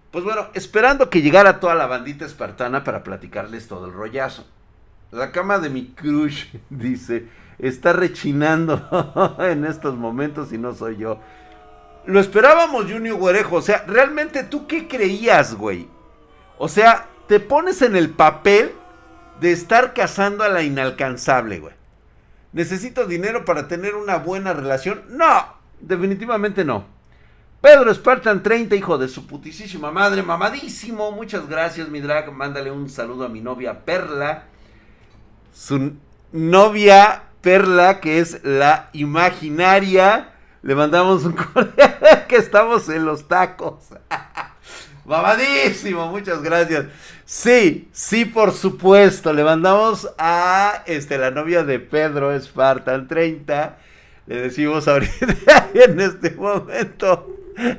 Pues bueno, esperando que llegara toda la bandita espartana para platicarles todo el rollazo. La cama de mi crush, dice, está rechinando en estos momentos y no soy yo. Lo esperábamos, Junior Güerejo. O sea, realmente tú qué creías, güey. O sea, te pones en el papel de estar cazando a la inalcanzable, güey. ¿Necesito dinero para tener una buena relación? No, definitivamente no. Pedro Spartan 30, hijo de su putísima madre, mamadísimo. Muchas gracias, mi drag. Mándale un saludo a mi novia Perla. Su novia Perla, que es la imaginaria. Le mandamos un cordial que estamos en los tacos. Mamadísimo, muchas gracias. Sí, sí, por supuesto. Le mandamos a la novia de Pedro Spartan 30. Le decimos ahorita en este momento.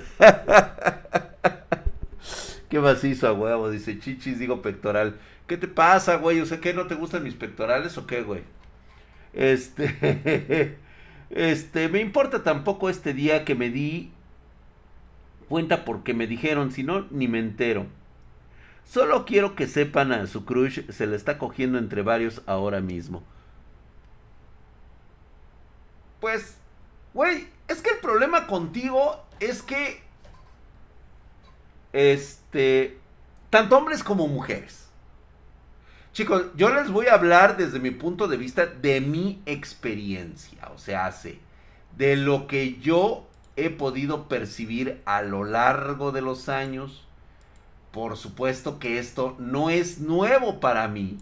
Qué macizo a huevo, dice chichis, digo pectoral. ¿Qué te pasa, güey? O sea, ¿qué no te gustan mis pectorales o qué, güey? Este, me importa tampoco este día que me di cuenta porque me dijeron, si no, ni me entero. Solo quiero que sepan a su crush, se le está cogiendo entre varios ahora mismo. Pues, güey, es que el problema contigo es que, tanto hombres como mujeres. Chicos, yo les voy a hablar desde mi punto de vista de mi experiencia, o sea, de lo que yo he podido percibir a lo largo de los años. Por supuesto que esto no es nuevo para mí,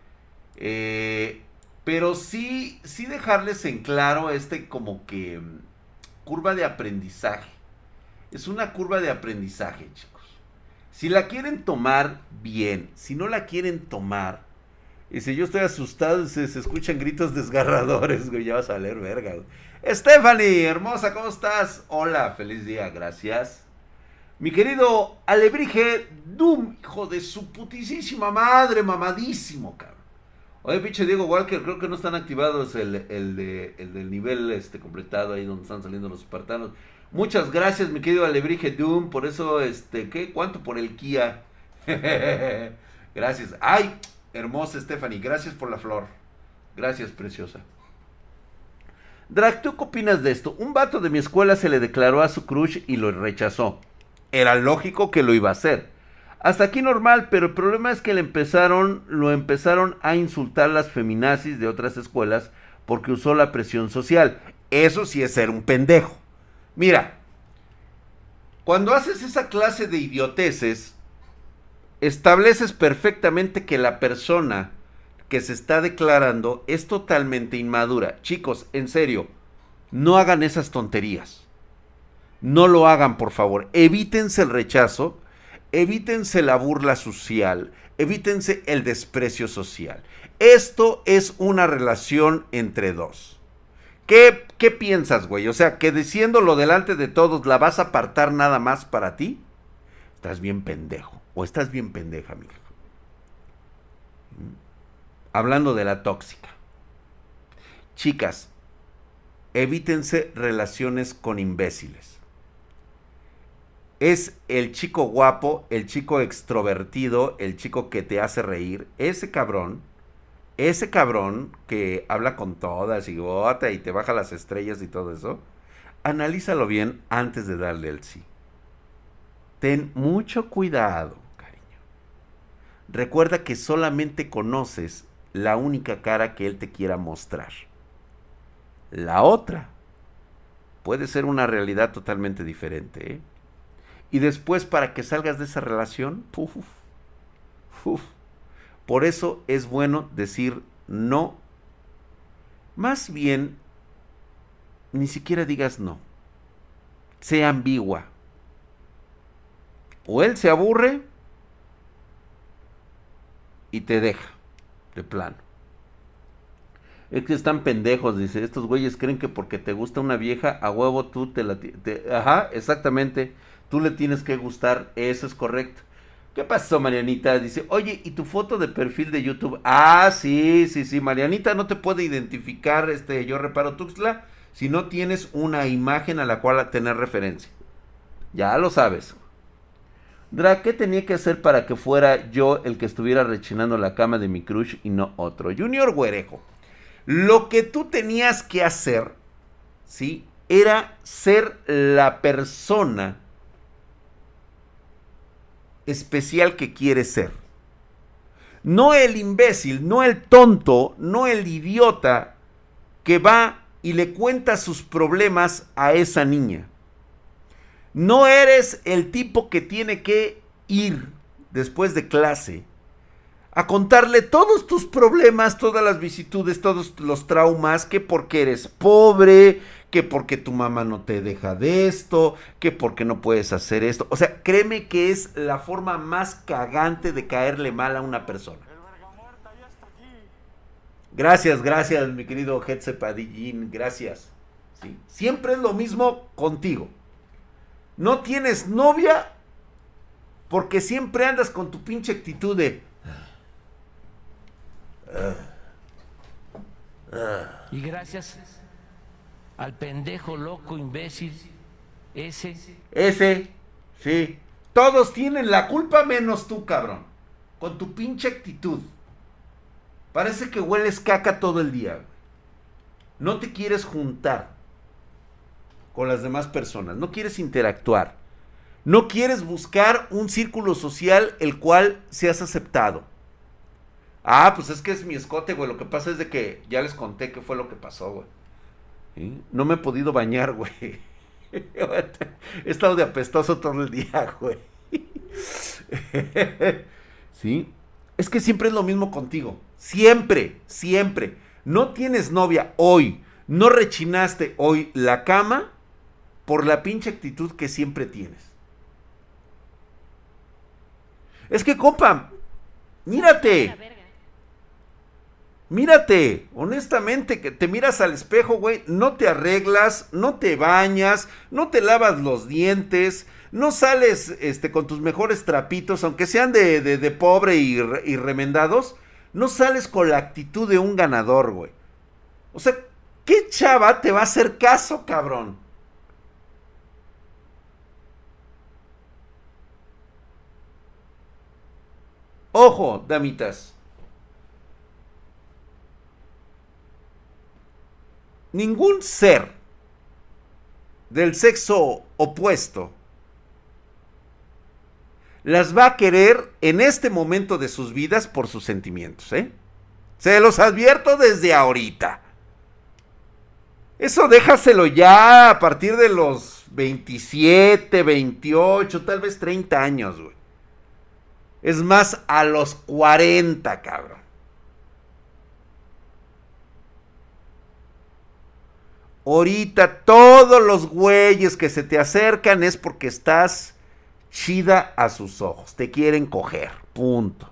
pero sí dejarles en claro como que curva de aprendizaje. Es una curva de aprendizaje, chicos. Si la quieren tomar, bien. Si no la quieren tomar, y si yo estoy asustado, se escuchan gritos desgarradores, güey, ya vas a leer verga, güey. Stephanie, hermosa, ¿cómo estás? Hola, feliz día, gracias. Mi querido Alebrije Doom, hijo de su putísima madre, mamadísimo, cabrón. Oye, pinche Diego Walker, creo que no están activados el del nivel completado ahí donde están saliendo los espartanos. Muchas gracias, mi querido Alebrije Doom, por eso, ¿qué? ¿Cuánto por el Kia? Gracias. Ay, hermosa Stephanie, gracias por la flor. Gracias, preciosa. Drag, ¿tú qué opinas de esto? Un vato de mi escuela se le declaró a su crush y lo rechazó. Era lógico que lo iba a hacer. Hasta aquí normal, pero el problema es que lo empezaron a insultar las feminazis de otras escuelas porque usó la presión social. Eso sí es ser un pendejo. Mira, cuando haces esa clase de idioteces, estableces perfectamente que la persona que se está declarando es totalmente inmadura. Chicos, en serio, no hagan esas tonterías. No lo hagan, por favor. Evítense el rechazo, evítense la burla social, evítense el desprecio social. Esto es una relación entre dos. ¿Qué piensas, güey? O sea, que diciéndolo delante de todos la vas a apartar nada más para ti. Estás bien pendejo. O estás bien pendeja, amiga. Hablando de la tóxica. Chicas, evítense relaciones con imbéciles. Es el chico guapo, el chico extrovertido, el chico que te hace reír. Ese cabrón que habla con todas y gota y te baja las estrellas y todo eso, analízalo bien antes de darle el sí. Ten mucho cuidado, cariño. Recuerda que solamente conoces la única cara que él te quiera mostrar. La otra puede ser una realidad totalmente diferente, ¿eh? Y después, para que salgas de esa relación, por eso es bueno decir no. Más bien, ni siquiera digas no. Sea ambigua. O él se aburre y te deja, de plano. Es que están pendejos, dice. Estos güeyes creen que porque te gusta una vieja, a huevo tú ajá, exactamente. Tú le tienes que gustar, eso es correcto. ¿Qué pasó, Marianita? Dice, oye, ¿y tu foto de perfil de YouTube? Ah, sí, Marianita no te puede identificar, yo reparo Tuxtla, si no tienes una imagen a la cual tener referencia. Ya lo sabes. Drag, ¿qué tenía que hacer para que fuera yo el que estuviera rechinando la cama de mi crush y no otro? Junior Güerejo, lo que tú tenías que hacer, ¿sí? Era ser la persona especial que quieres ser. No el imbécil, no el tonto, no el idiota que va y le cuenta sus problemas a esa niña. No eres el tipo que tiene que ir después de clase a contarle todos tus problemas, todas las vicisitudes, todos los traumas, que porque eres pobre, que porque tu mamá no te deja de esto, que porque no puedes hacer esto. O sea, créeme que es la forma más cagante de caerle mal a una persona. Gracias, gracias, mi querido Hetze Padillín, gracias. ¿Sí? Siempre es lo mismo contigo. No tienes novia porque siempre andas con tu pinche actitud de... Y gracias al pendejo, loco, imbécil, Ese, sí. Todos tienen la culpa menos tú, cabrón. Con tu pinche actitud. Parece que hueles caca todo el día. No te quieres juntar con las demás personas. No quieres interactuar. No quieres buscar un círculo social el cual seas aceptado. Ah, pues es que es mi escote, güey. Lo que pasa es de que ya les conté qué fue lo que pasó, güey. ¿Sí? No me he podido bañar, güey. He estado de apestoso todo el día, güey. ¿Sí? Es que siempre es lo mismo contigo. Siempre, siempre. No tienes novia hoy. No rechinaste hoy la cama por la pinche actitud que siempre tienes. Es que, compa, mírate. Mírate, honestamente, que te miras al espejo, güey, no te arreglas, no te bañas, no te lavas los dientes, no sales con tus mejores trapitos, aunque sean de pobre y remendados, no sales con la actitud de un ganador, güey. O sea, ¿qué chava te va a hacer caso, cabrón? Ojo, damitas. Ningún ser del sexo opuesto las va a querer en este momento de sus vidas por sus sentimientos, ¿eh? Se los advierto desde ahorita. Eso déjaselo ya a partir de los 27, 28, tal vez 30 años, güey. Es más, a los 40, cabrón. Ahorita todos los güeyes que se te acercan es porque estás chida a sus ojos. Te quieren coger. Punto.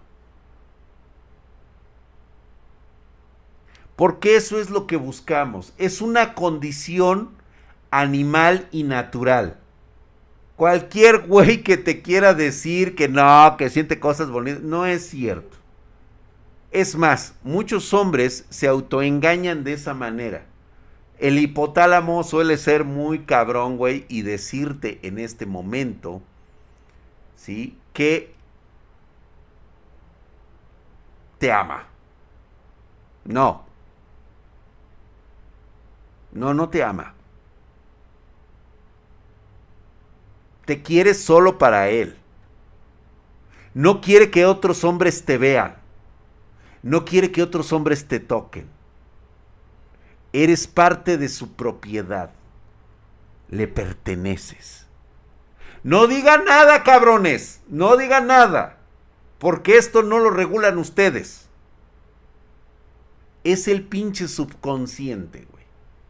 Porque eso es lo que buscamos. Es una condición animal y natural. Cualquier güey que te quiera decir que no, que siente cosas bonitas, no es cierto. Es más, muchos hombres se autoengañan de esa manera. El hipotálamo suele ser muy cabrón, güey, y decirte en este momento, ¿sí? Que te ama. No. No, no te ama. Te quiere solo para él. No quiere que otros hombres te vean. No quiere que otros hombres te toquen. Eres parte de su propiedad. Le perteneces. No digan nada, cabrones. No digan nada. Porque esto no lo regulan ustedes. Es el pinche subconsciente, güey.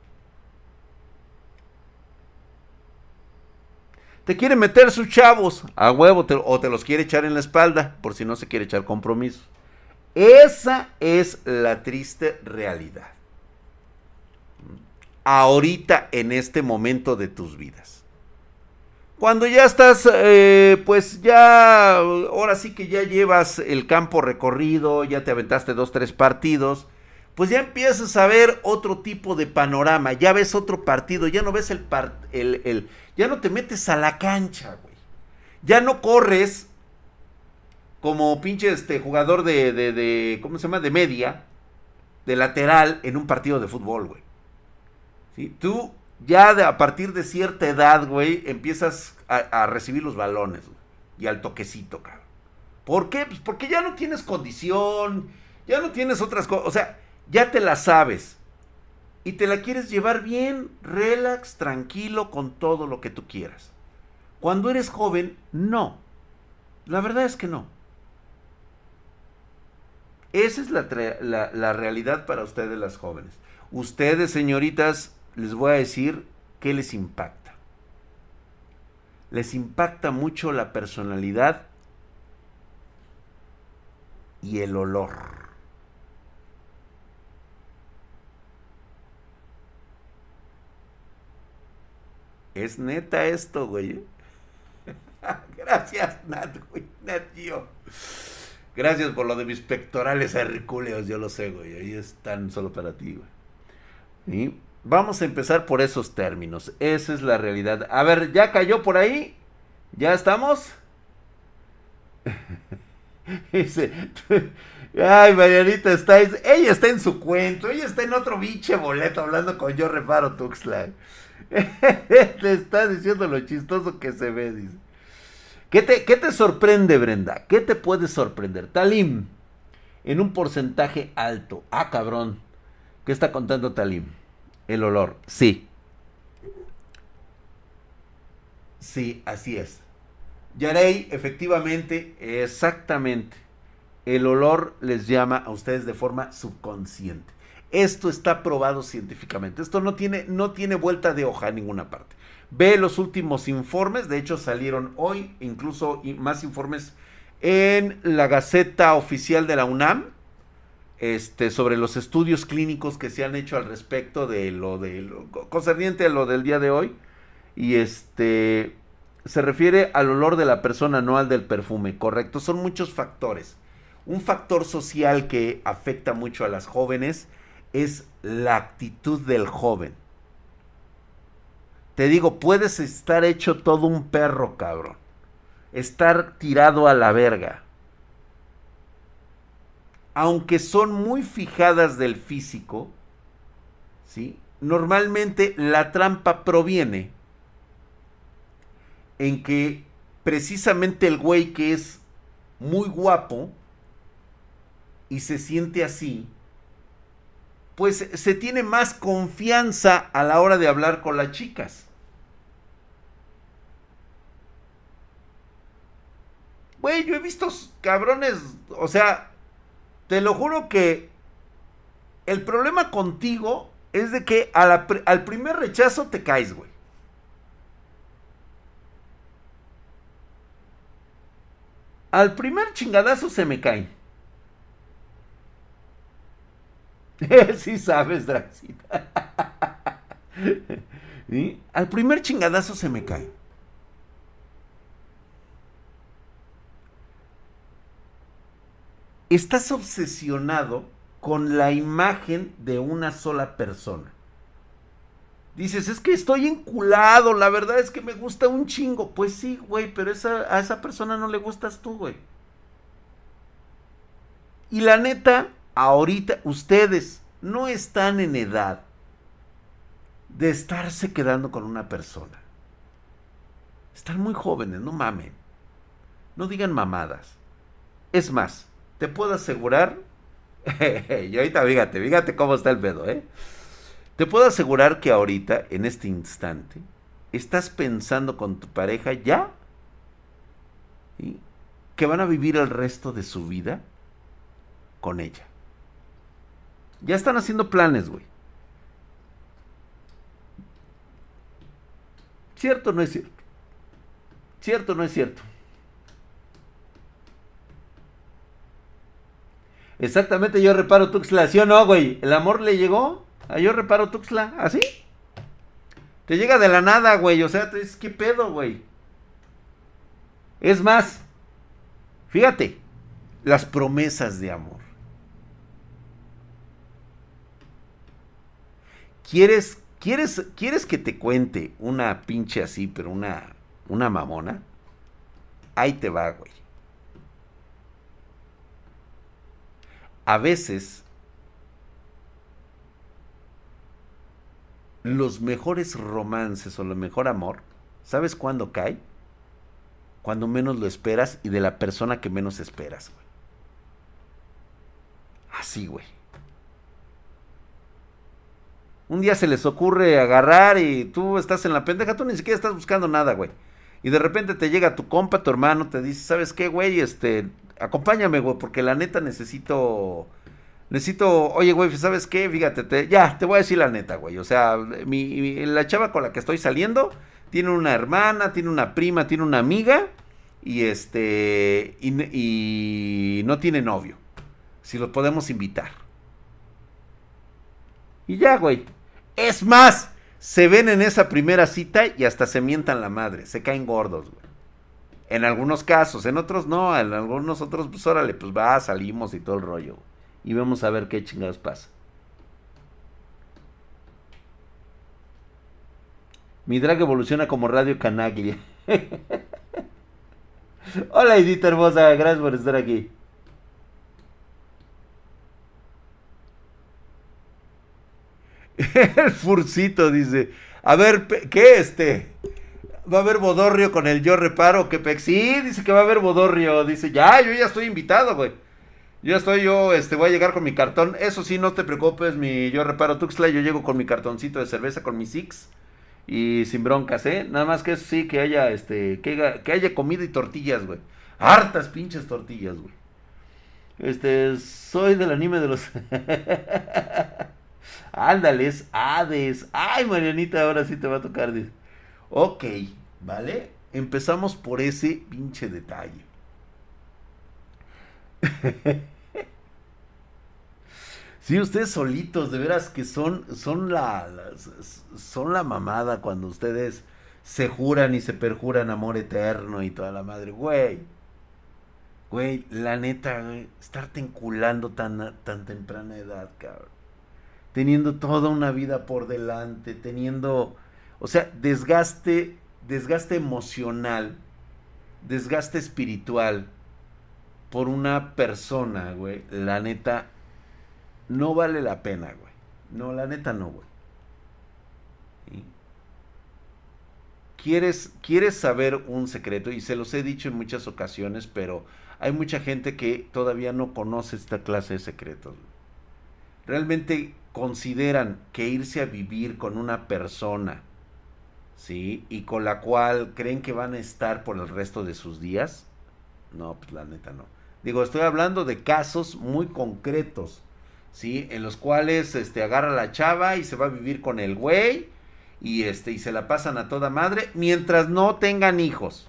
Te quiere meter sus chavos a huevo o te los quiere echar en la espalda por si no se quiere echar compromiso. Esa es la triste realidad. Ahorita, en este momento de tus vidas. Cuando ya estás, pues ya, ahora sí que ya llevas el campo recorrido, ya te aventaste 2, 3 partidos, pues ya empiezas a ver otro tipo de panorama, ya ves otro partido, ya no ves ya no te metes a la cancha, güey. Ya no corres como pinche jugador ¿cómo se llama? De media, de lateral en un partido de fútbol, güey. ¿Sí? Tú ya a partir de cierta edad, güey, empiezas a recibir los balones, güey, y al toquecito, cabrón. ¿Por qué? Pues porque ya no tienes condición, ya no tienes otras cosas, o sea, ya te la sabes. Y te la quieres llevar bien, relax, tranquilo, con todo lo que tú quieras. Cuando eres joven, no. La verdad es que no. Esa es la realidad para ustedes las jóvenes. Ustedes, señoritas, les voy a decir qué les impacta. Les impacta mucho la personalidad y el olor. Es neta esto, güey. Gracias, Nat, güey. Nat, tío. Gracias por lo de mis pectorales hercúleos, yo lo sé, güey. Ahí están solo para ti, güey. Y vamos a empezar por esos términos. Esa es la realidad. A ver, ¿ya cayó por ahí? ¿Ya estamos? Dice, ay, Marianita ella está en su cuento, ella está en otro biche boleto hablando con Yo Reparo Tuxtla. Te está diciendo lo chistoso que se ve, dice. ¿Qué te sorprende, Brenda? ¿Qué te puede sorprender? Talim, en un porcentaje alto. Ah, cabrón. ¿Qué está contando Talim? El olor. Sí. Sí, así es. Yarey, efectivamente, exactamente. El olor les llama a ustedes de forma subconsciente. Esto está probado científicamente. Esto no tiene vuelta de hoja en ninguna parte. Ve los últimos informes. De hecho, salieron hoy incluso más informes en la Gaceta Oficial de la UNAM. Sobre los estudios clínicos que se han hecho al respecto de lo concerniente a lo del día de hoy. Y se refiere al olor de la persona, no al del perfume, correcto. Son muchos factores. Un factor social que afecta mucho a las jóvenes es la actitud del joven. Te digo, puedes estar hecho todo un perro, cabrón. Estar tirado a la verga. Aunque son muy fijadas del físico, ¿sí? Normalmente la trampa proviene en que precisamente el güey que es muy guapo y se siente así, pues se tiene más confianza a la hora de hablar con las chicas. Güey, yo he visto cabrones, o sea, te lo juro que el problema contigo es de que al primer rechazo te caes, güey. Al primer chingadazo se me caen. Sí sabes, Draxita. ¿Sí? Al primer chingadazo se me caen. Estás obsesionado con la imagen de una sola persona. Dices, es que estoy enculado, la verdad es que me gusta un chingo. Pues sí, güey, pero a esa persona no le gustas tú, güey. Y la neta, ahorita ustedes no están en edad de estarse quedando con una persona. Están muy jóvenes, no mamen. No digan mamadas. Es más, te puedo asegurar, y ahorita fíjate cómo está el pedo, ¿eh? Te puedo asegurar que ahorita, en este instante, estás pensando con tu pareja ya, ¿sí?, que van a vivir el resto de su vida con ella. Ya están haciendo planes, güey. ¿Cierto o no es cierto? ¿Cierto o no es cierto? Exactamente, Yo Reparo Tuxtla. ¿Sí o no, güey? ¿El amor le llegó a Yo Reparo Tuxtla? ¿Así? Te llega de la nada, güey. O sea, te dices, ¿qué pedo, güey? Es más, fíjate, las promesas de amor. ¿Quieres que te cuente una pinche así, pero una mamona? Ahí te va, güey. A veces los mejores romances o el mejor amor, ¿sabes cuándo cae? Cuando menos lo esperas y de la persona que menos esperas, güey. Así, güey. Un día se les ocurre agarrar y tú estás en la pendeja, tú ni siquiera estás buscando nada, güey. Y de repente te llega tu compa, tu hermano, te dice, ¿sabes qué, güey? Acompáñame, güey, porque la neta necesito, oye, güey, ¿sabes qué? Fíjate, ya, te voy a decir la neta, güey. O sea, la chava con la que estoy saliendo tiene una hermana, tiene una prima, tiene una amiga y no tiene novio. Si los podemos invitar. Y ya, güey. Es más, se ven en esa primera cita y hasta se mientan la madre. Se caen gordos, güey. En algunos casos, en otros no. En algunos otros, pues órale, pues va, salimos y todo el rollo. Y vamos a ver qué chingados pasa. Mi drag evoluciona como Radio Canaglia. Hola, Edita hermosa. Gracias por estar aquí. El furcito dice. A ver, ¿qué? ¿Va a haber bodorrio con el yo reparo? ¿Qué pex? Sí, dice que va a haber bodorrio. Dice, yo ya estoy invitado, güey. Voy a llegar con mi cartón. Eso sí, no te preocupes, yo reparo Tuxtla. Yo llego con mi cartoncito de cerveza, con mi Six. Y sin broncas, ¿eh? Nada más que eso sí, que haya comida y tortillas, güey. Hartas pinches tortillas, güey. Soy del anime de los... Ándales, Hades. Ay, Marianita, ahora sí te va a tocar. Dice. Ok, ¿vale? Empezamos por ese pinche detalle. Sí, ustedes solitos, de veras que son la mamada cuando ustedes se juran y se perjuran amor eterno y toda la madre, güey. Güey, la neta, güey, estarte enculando tan temprana edad, cabrón. Teniendo toda una vida por delante, o sea, desgaste emocional, desgaste espiritual por una persona, güey. La neta, no vale la pena, güey. No, la neta no, güey. ¿Sí? ¿Quieres saber un secreto? Y se los he dicho en muchas ocasiones, pero hay mucha gente que todavía no conoce esta clase de secretos. Realmente consideran que irse a vivir con una persona, ¿sí? Y con la cual creen que van a estar por el resto de sus días. No, pues la neta no. Digo, estoy hablando de casos muy concretos, ¿sí? En los cuales agarra a la chava y se va a vivir con el güey y se la pasan a toda madre mientras no tengan hijos.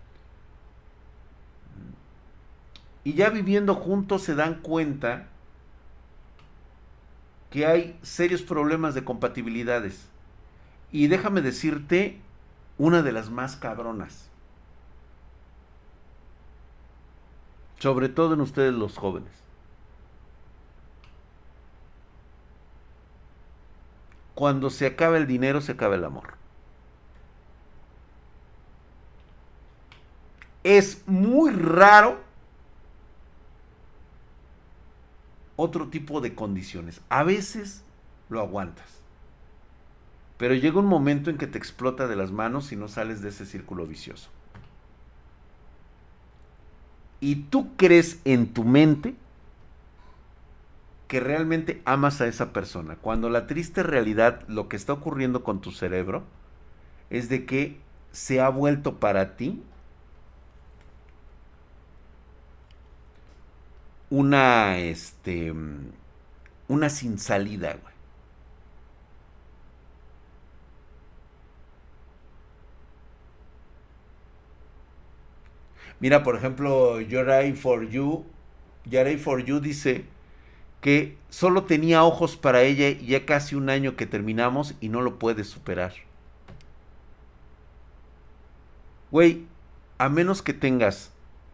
Y ya viviendo juntos se dan cuenta que hay serios problemas de compatibilidades. Y déjame decirte una de las más cabronas. Sobre todo en ustedes los jóvenes. Cuando se acaba el dinero, se acaba el amor. Es muy raro otro tipo de condiciones. A veces lo aguantas. Pero llega un momento en que te explota de las manos y no sales de ese círculo vicioso. Y tú crees en tu mente que realmente amas a esa persona. Cuando la triste realidad, lo que está ocurriendo con tu cerebro, es de que se ha vuelto para ti una sin salida, güey. Mira, por ejemplo, Yaray for You dice que solo tenía ojos para ella y ya casi un año que terminamos y no lo puede superar. Güey, a menos que tengas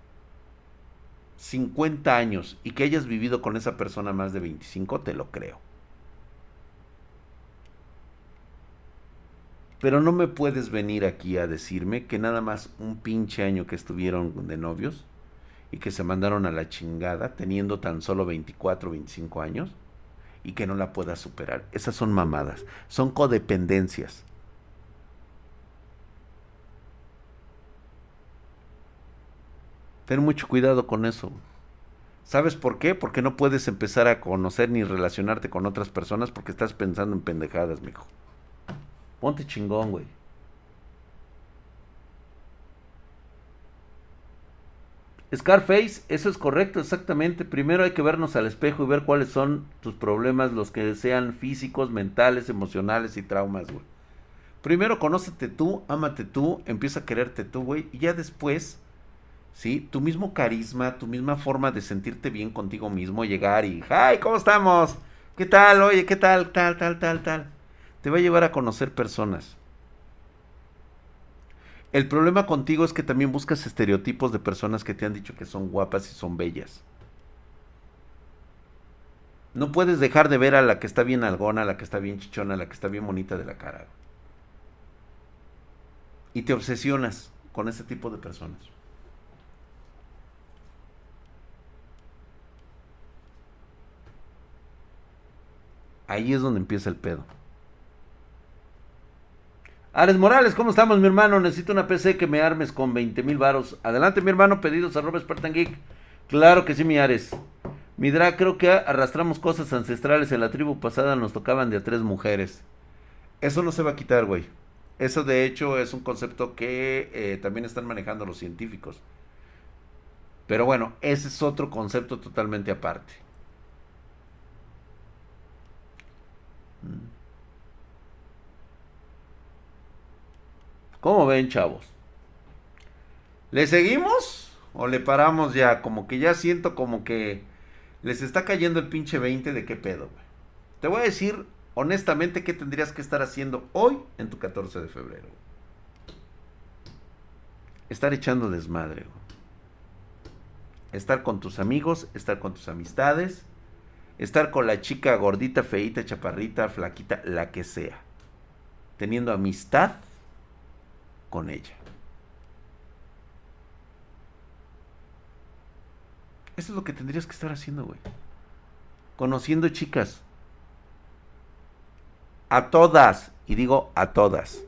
50 años y que hayas vivido con esa persona más de 25, te lo creo. Pero no me puedes venir aquí a decirme que nada más un pinche año que estuvieron de novios y que se mandaron a la chingada teniendo tan solo 24, 25 años y que no la puedas superar. Esas son mamadas, son codependencias. Ten mucho cuidado con eso. ¿Sabes por qué? Porque no puedes empezar a conocer ni relacionarte con otras personas porque estás pensando en pendejadas, mijo. Ponte chingón, güey. Scarface, eso es correcto, exactamente. Primero hay que vernos al espejo y ver cuáles son tus problemas, los que sean físicos, mentales, emocionales y traumas, güey. Primero conócete tú, ámate tú, empieza a quererte tú, güey. Y ya después, ¿sí? Tu mismo carisma, tu misma forma de sentirte bien contigo mismo, llegar y, ¡ay, ¿cómo estamos? ¿Qué tal? Oye, ¿qué tal? Tal, tal, tal, tal. Te va a llevar a conocer personas. El problema contigo es que también buscas estereotipos de personas que te han dicho que son guapas y son bellas. No puedes dejar de ver a la que está bien algona, a la que está bien chichona, a la que está bien bonita de la cara. Y te obsesionas con ese tipo de personas. Ahí es donde empieza el pedo. Ares Morales, ¿cómo estamos, mi hermano? Necesito una PC que me armes con 20,000 varos. Adelante, mi hermano, pedidos @ Spartan Geek. Claro que sí, mi Ares. Mi drag, creo que arrastramos cosas ancestrales. En la tribu pasada nos tocaban de a 3 mujeres. Eso no se va a quitar, güey. Eso, de hecho, es un concepto que también están manejando los científicos. Pero bueno, ese es otro concepto totalmente aparte. ¿Cómo ven, chavos? ¿Le seguimos o le paramos ya? Como que ya siento como que les está cayendo el pinche 20 de qué pedo, güey. Te voy a decir honestamente qué tendrías que estar haciendo hoy en tu 14 de febrero. Estar echando desmadre, güey. Estar con tus amigos, estar con tus amistades, estar con la chica gordita, feíta, chaparrita, flaquita, la que sea. Teniendo amistad con ella. Eso es lo que tendrías que estar haciendo, güey. Conociendo chicas. A todas. Y digo a todas.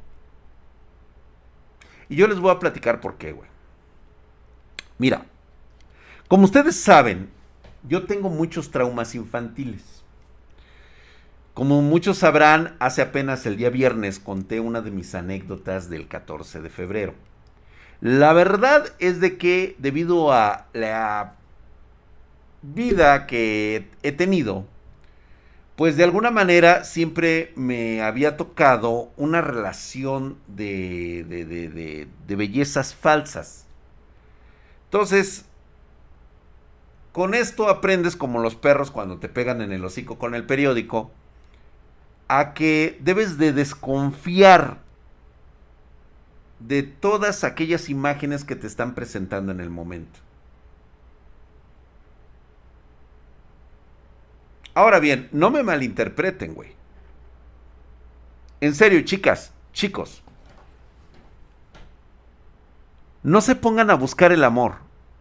Y yo les voy a platicar por qué, güey. Mira. Como ustedes saben, yo tengo muchos traumas infantiles. Como muchos sabrán, hace apenas el día viernes conté una de mis anécdotas del 14 de febrero. La verdad es de que debido a la vida que he tenido, pues de alguna manera siempre me había tocado una relación de bellezas falsas. Entonces, con esto aprendes como los perros cuando te pegan en el hocico con el periódico, a que debes de desconfiar de todas aquellas imágenes que te están presentando en el momento. Ahora bien, no me malinterpreten, güey. En serio, chicas, chicos. No se pongan a buscar el amor.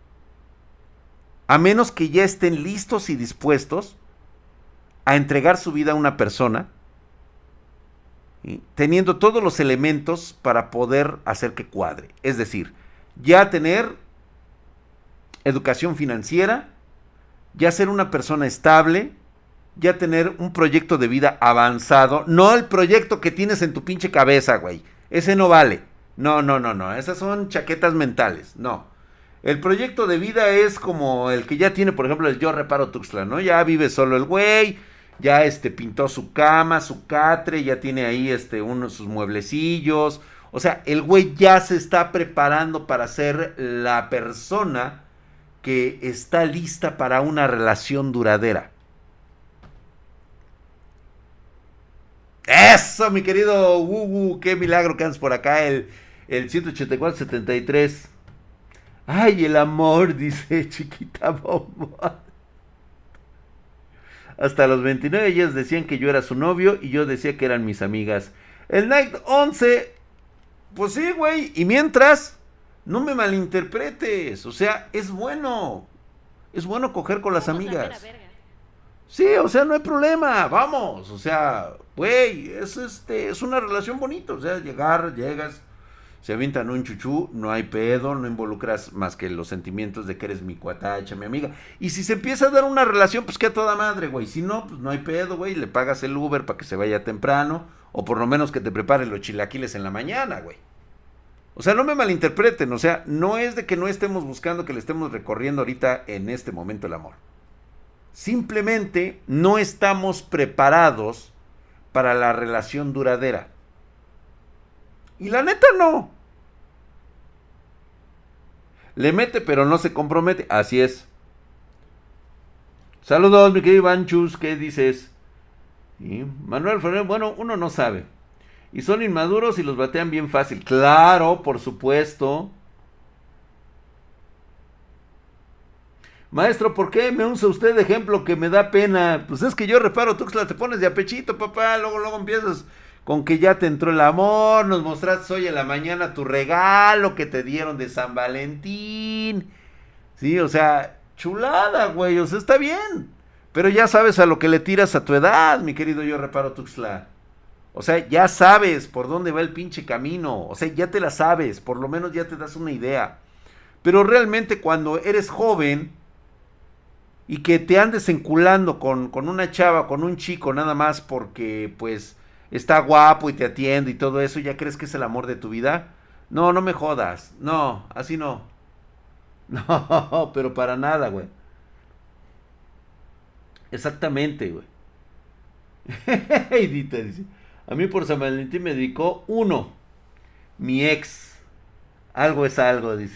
A menos que ya estén listos y dispuestos a entregar su vida a una persona, ¿sí? Teniendo todos los elementos para poder hacer que cuadre. Es decir, ya tener educación financiera, ya ser una persona estable, ya tener un proyecto de vida avanzado, no el proyecto que tienes en tu pinche cabeza, güey. Ese no vale. No, esas son chaquetas mentales, no. El proyecto de vida es como el que ya tiene, por ejemplo, el Yo Reparo Tuxtla, ¿no? Ya vive solo el güey, ya pintó su cama, su catre, ya tiene ahí sus mueblecillos. O sea, el güey ya se está preparando para ser la persona que está lista para una relación duradera. Eso, mi querido Wuwu, qué milagro que andas por acá, el 184-73. Ay, el amor, dice chiquita bomba. Hasta los 29 ellas decían que yo era su novio y yo decía que eran mis amigas. El Night 11, pues sí, güey. Y mientras, no me malinterpretes. O sea, es bueno. Es bueno coger con las amigas. Sí, o sea, no hay problema. Vamos. O sea, güey, es una relación bonita. O sea, llegas, se avientan un chuchú, no hay pedo, no involucras más que los sentimientos de que eres mi cuatacha, mi amiga. Y si se empieza a dar una relación, pues que a toda madre, güey. Si no, pues no hay pedo, güey. Le pagas el Uber para que se vaya temprano. O por lo menos que te prepare los chilaquiles en la mañana, güey. O sea, no me malinterpreten. O sea, no es de que no estemos buscando que le estemos recorriendo ahorita en este momento el amor. Simplemente no estamos preparados para la relación duradera. Y la neta no. Le mete pero no se compromete. Así es. Saludos, mi querido Ivanchus. ¿Qué dices? ¿Sí? Manuel Ferrer, bueno, uno no sabe. Y son inmaduros y los batean bien fácil. Claro, por supuesto. Maestro, ¿por qué me usa usted de ejemplo que me da pena? Pues es que yo reparo, Tuxtla, te pones de apechito, papá. Luego empiezas con que ya te entró el amor. Nos mostraste hoy en la mañana tu regalo que te dieron de San Valentín. Sí, o sea, chulada, güey. O sea, está bien. Pero ya sabes a lo que le tiras a tu edad, mi querido yo reparo, Tuxtla. O sea, ya sabes por dónde va el pinche camino. O sea, ya te la sabes. Por lo menos ya te das una idea. Pero realmente cuando eres joven y que te andes enculando con una chava, con un chico, nada más porque, pues, está guapo y te atiende y todo eso, ¿ya crees que es el amor de tu vida? No, no me jodas. No, así no. No, pero para nada, güey. Exactamente, güey. Edita dice, a mí por San Valentín me dedicó uno, mi ex. Algo es algo, dice.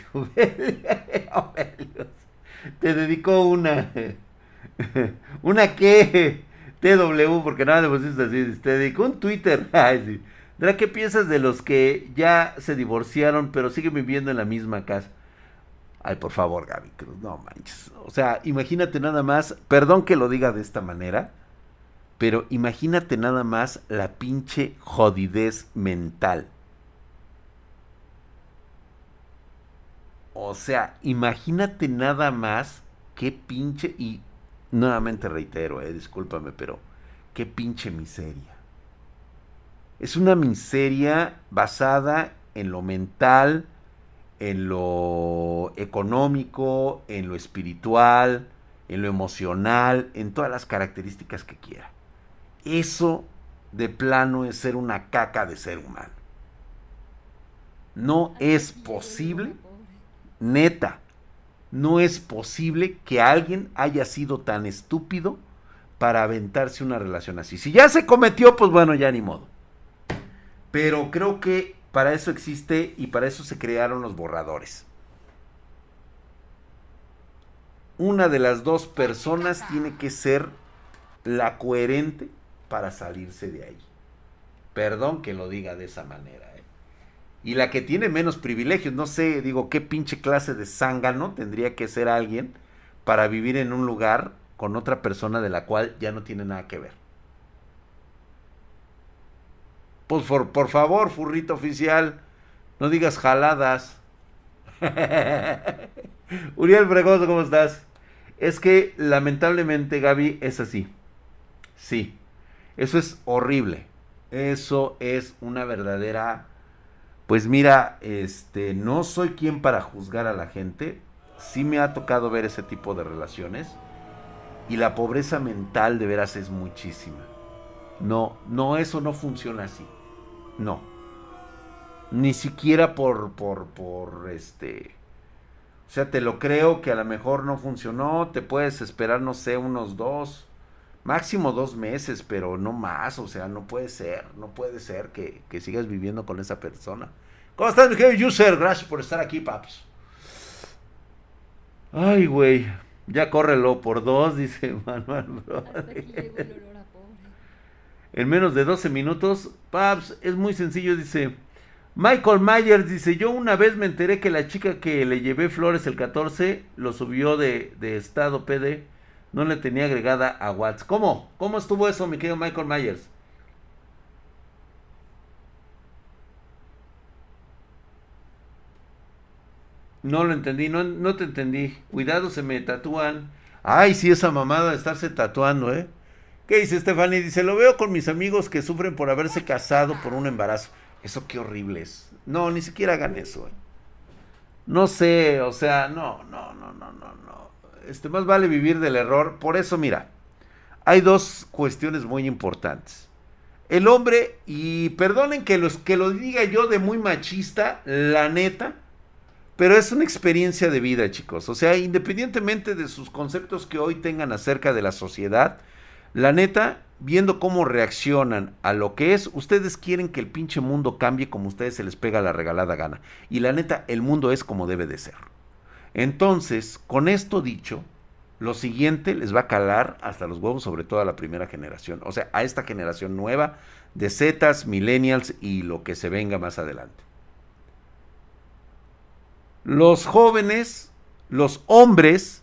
Te dedicó una. ¿Una qué? TW, porque nada le pusiste así. Te dedicó un Twitter. Ay, sí. Dra, ¿qué piensas de los que ya se divorciaron pero siguen viviendo en la misma casa? Ay, por favor, Gaby Cruz, no manches. O sea, imagínate nada más, perdón que lo diga de esta manera, pero imagínate nada más la pinche jodidez mental. O sea, imagínate nada más qué pinche, y nuevamente reitero, discúlpame, pero qué pinche miseria. Es una miseria basada en lo mental, en lo económico, en lo espiritual, en lo emocional, en todas las características que quiera. Eso de plano es ser una caca de ser humano. No es posible, neta, no es posible que alguien haya sido tan estúpido para aventarse una relación así. Si ya se cometió, pues bueno, ya ni modo. Pero creo que para eso existe y para eso se crearon los borradores. Una de las dos personas tiene que ser la coherente para salirse de ahí. Perdón que lo diga de esa manera. Y la que tiene menos privilegios, no sé, digo, qué pinche clase de zángano tendría que ser alguien para vivir en un lugar con otra persona de la cual ya no tiene nada que ver. Pues por favor, furrito oficial, no digas jaladas. Uriel Fregoso, ¿cómo estás? Es que lamentablemente, Gaby, es así. Sí, eso es horrible. Eso es una verdadera... Pues mira, no soy quien para juzgar a la gente. Sí me ha tocado ver ese tipo de relaciones. Y la pobreza mental de veras es muchísima. No, eso no funciona así. No. Ni siquiera o sea, te lo creo que a lo mejor no funcionó. Te puedes esperar, no sé, unos 2 máximo 2 meses, pero no más. O sea, no puede ser que sigas viviendo con esa persona. ¿Cómo estás, mi querido user? Gracias por estar aquí, paps. Ay, güey. Ya córrelo por 2, dice Manuel, bro. Hasta aquí llegó el olor a pobre. En menos de 12 minutos, paps, es muy sencillo, dice... Michael Myers dice, yo una vez me enteré que la chica que le llevé flores el 14 lo subió de estado PD, no le tenía agregada a WhatsApp. ¿Cómo? ¿Cómo estuvo eso, mi querido Michael Myers? No lo entendí, no te entendí. Cuidado, se me tatúan. Ay, sí, esa mamada de estarse tatuando, ¿eh? ¿Qué dice Stephanie? Dice, lo veo con mis amigos que sufren por haberse casado por un embarazo. Eso qué horrible es. No, ni siquiera hagan eso, ¿eh? No sé, o sea, no. Más vale vivir del error. Por eso, mira, hay dos cuestiones muy importantes. El hombre, y perdonen que lo diga yo de muy machista, la neta, pero es una experiencia de vida, chicos. O sea, independientemente de sus conceptos que hoy tengan acerca de la sociedad, la neta, viendo cómo reaccionan a lo que es, ustedes quieren que el pinche mundo cambie como a ustedes se les pega la regalada gana. Y la neta, el mundo es como debe de ser. Entonces, con esto dicho, lo siguiente les va a calar hasta los huevos, sobre todo a la primera generación. O sea, a esta generación nueva de Zetas, Millennials y lo que se venga más adelante. Los jóvenes, los hombres,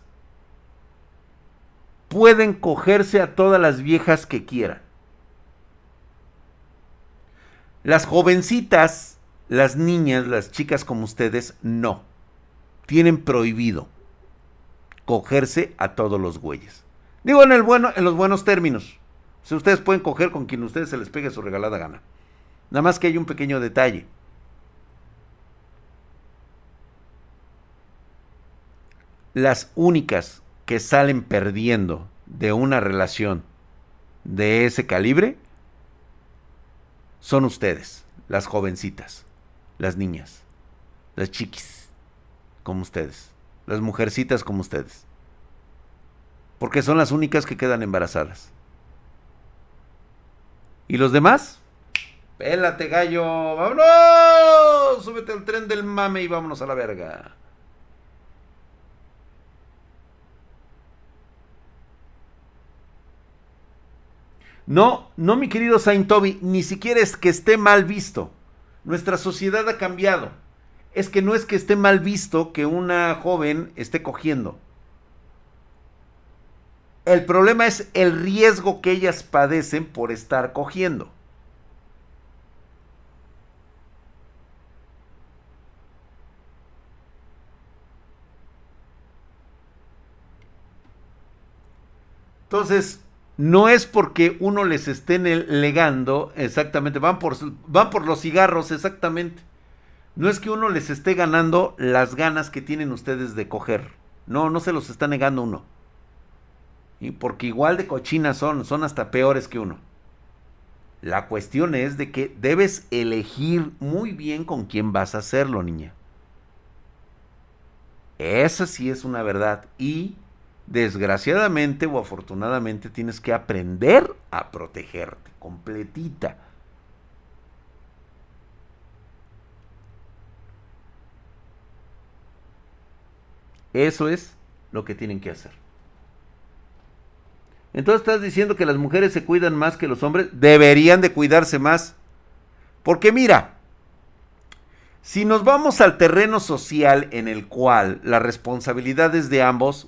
pueden cogerse a todas las viejas que quieran. Las jovencitas, las niñas, las chicas como ustedes, no. Tienen prohibido cogerse a todos los güeyes. Digo en los buenos términos. O sea, ustedes pueden coger con quien ustedes se les pegue su regalada gana. Nada más que hay un pequeño detalle. Las únicas que salen perdiendo de una relación de ese calibre son ustedes, las jovencitas, las niñas, las chiquis, como ustedes, las mujercitas como ustedes. Porque son las únicas que quedan embarazadas. ¿Y los demás? Pélate, gallo, vámonos, súbete al tren del mame y vámonos a la verga. No, mi querido Saint Toby, ni siquiera es que esté mal visto. Nuestra sociedad ha cambiado. Es que no es que esté mal visto que una joven esté cogiendo. El problema es el riesgo que ellas padecen por estar cogiendo. Entonces, no es porque uno les esté negando, exactamente, van por los cigarros, exactamente. No es que uno les esté ganando las ganas que tienen ustedes de coger. No se los está negando uno. Y porque igual de cochinas son hasta peores que uno. La cuestión es de que debes elegir muy bien con quién vas a hacerlo, niña. Esa sí es una verdad. Y desgraciadamente o afortunadamente tienes que aprender a protegerte completita. Eso es lo que tienen que hacer. Entonces estás diciendo que las mujeres se cuidan más que los hombres. Deberían de cuidarse más. Porque mira, si nos vamos al terreno social en el cual la responsabilidad es de ambos,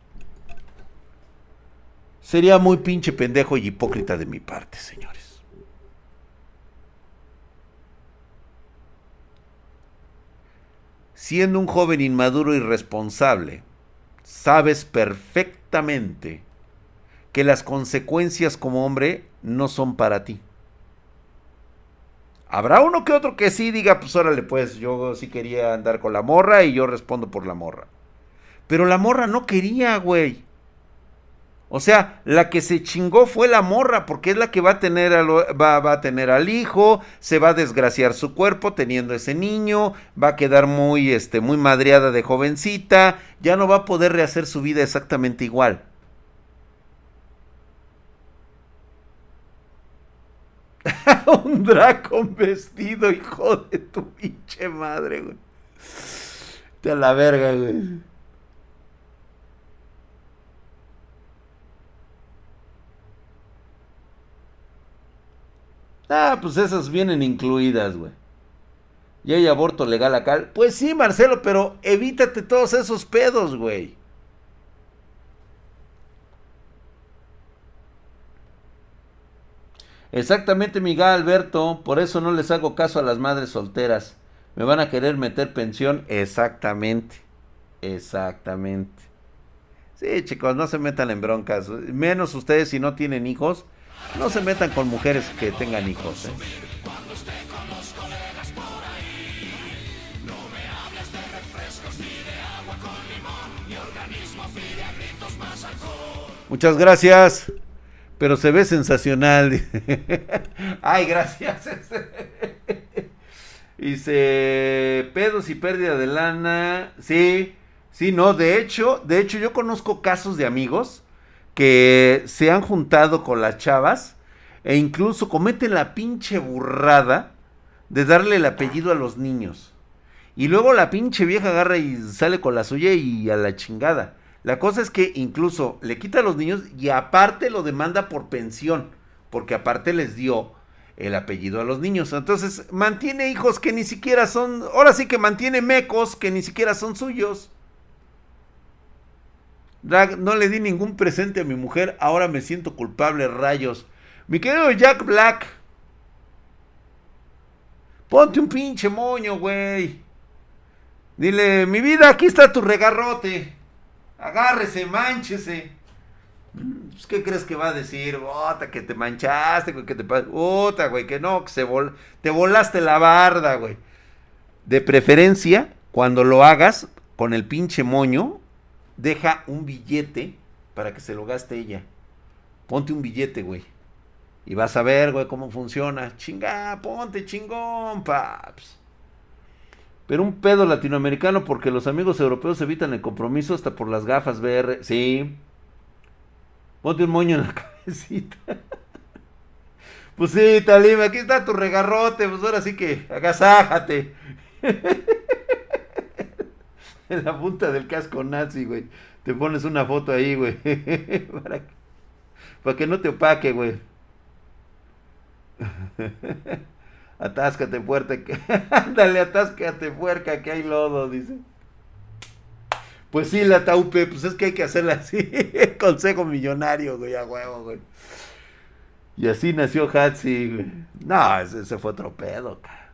sería muy pinche pendejo y hipócrita de mi parte, señores. Siendo un joven inmaduro y irresponsable, sabes perfectamente que las consecuencias como hombre no son para ti. Habrá uno que otro que sí diga, pues órale, pues yo sí quería andar con la morra y yo respondo por la morra. Pero la morra no quería, güey. O sea, la que se chingó fue la morra, porque es la que va a tener va a tener al hijo, se va a desgraciar su cuerpo teniendo ese niño, va a quedar muy madreada de jovencita, ya no va a poder rehacer su vida exactamente igual. Un Draco vestido, hijo de tu pinche madre, güey. Te a la verga, güey. Ah, pues esas vienen incluidas, güey. Y hay aborto legal acá. Pues sí, Marcelo, pero evítate todos esos pedos, güey. Exactamente, Miguel Alberto. Por eso no les hago caso a las madres solteras. Me van a querer meter pensión. Exactamente. Exactamente. Sí, chicos, no se metan en broncas. Menos ustedes si no tienen hijos. No se metan con mujeres que tengan hijos, ¿eh? Muchas gracias. Pero se ve sensacional. Ay, gracias. Dice, pedos y pérdida de lana. Sí, sí, no, de hecho yo conozco casos de amigos que se han juntado con las chavas e incluso cometen la pinche burrada de darle el apellido a los niños. Y luego la pinche vieja agarra y sale con la suya y a la chingada. La cosa es que incluso le quita a los niños y aparte lo demanda por pensión, porque aparte les dio el apellido a los niños. Entonces mantiene hijos que ni siquiera son, ahora sí que mantiene mecos que ni siquiera son suyos. Drag, no le di ningún presente a mi mujer, ahora me siento culpable, rayos. Mi querido Jack Black, ponte un pinche moño, güey. Dile, mi vida, aquí está tu regarrote. Agárrese, mánchese. Pues, ¿qué crees que va a decir? Bota, que te manchaste, güey, que te bota, güey, que no, que te volaste la barda, güey. De preferencia, cuando lo hagas con el pinche moño, deja un billete para que se lo gaste ella. Ponte un billete, güey. Y vas a ver, güey, cómo funciona. Chinga, ponte chingón, paps. Pero un pedo latinoamericano porque los amigos europeos evitan el compromiso hasta por las gafas VR. Sí. Ponte un moño en la cabecita. Pues sí, Talim, aquí está tu regarrote. Pues ahora sí que agasájate. En la punta del casco nazi, güey. Te pones una foto ahí, güey. Para que no te opaque, güey. Atáscate, puerta. Ándale, atáscate, puerca, que hay lodo, dice. Pues sí, la taupe, pues es que hay que hacerla así. Consejo millonario, güey, a huevo, güey. Y así nació Hatsi, güey. No, ese fue otro pedo, cara.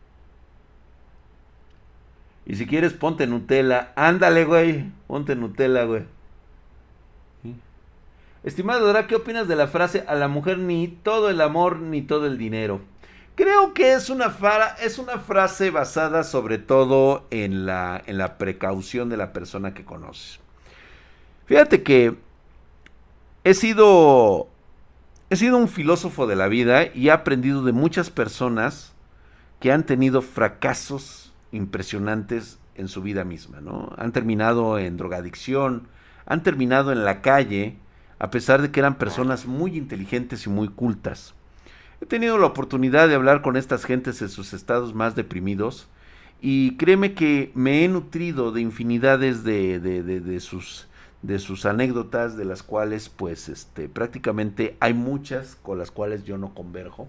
Y si quieres, ponte Nutella. Ándale, güey. Ponte Nutella, güey. ¿Sí? Estimado Dora, ¿qué opinas de la frase a la mujer ni todo el amor ni todo el dinero? Creo que es una frase basada sobre todo en la precaución de la persona que conoces. Fíjate que he sido un filósofo de la vida y he aprendido de muchas personas que han tenido fracasos impresionantes en su vida misma, ¿no? Han terminado en drogadicción, han terminado en la calle, a pesar de que eran personas muy inteligentes y muy cultas. He tenido la oportunidad de hablar con estas gentes en sus estados más deprimidos y créeme que me he nutrido de infinidades de sus anécdotas, de las cuales pues prácticamente hay muchas con las cuales yo no converjo.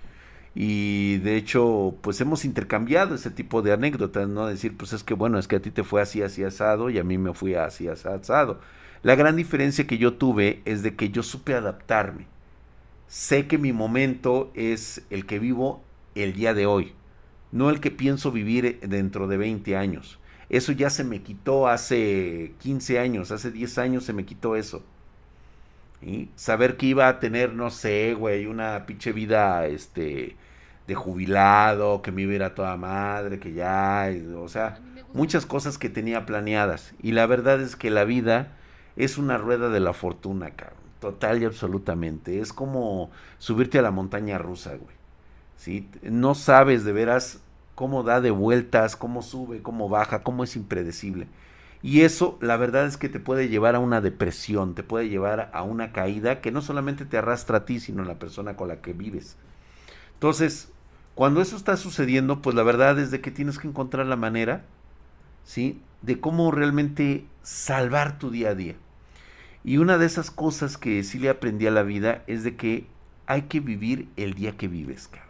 Y de hecho, pues hemos intercambiado ese tipo de anécdotas, ¿no? Decir, pues es que bueno, es que a ti te fue así, así asado y a mí me fui así, así asado. La gran diferencia que yo tuve es de que yo supe adaptarme. Sé que mi momento es el que vivo el día de hoy, no el que pienso vivir dentro de 20 años. Eso ya se me quitó hace 15 años, hace 10 años se me quitó eso. ¿Sí? Saber que iba a tener, no sé, güey, una pinche vida, de jubilado, que me iba a ir a toda madre, que ya, o sea, muchas cosas que tenía planeadas. Y la verdad es que la vida es una rueda de la fortuna, cabrón. Total y absolutamente. Es como subirte a la montaña rusa, güey. ¿Sí? No sabes de veras cómo da de vueltas, cómo sube, cómo baja, cómo es impredecible. Y eso, la verdad es que te puede llevar a una depresión, te puede llevar a una caída que no solamente te arrastra a ti, sino a la persona con la que vives. Entonces, cuando eso está sucediendo, pues la verdad es de que tienes que encontrar la manera, ¿sí? De cómo realmente salvar tu día a día. Y una de esas cosas que sí le aprendí a la vida es de que hay que vivir el día que vives, cabrón.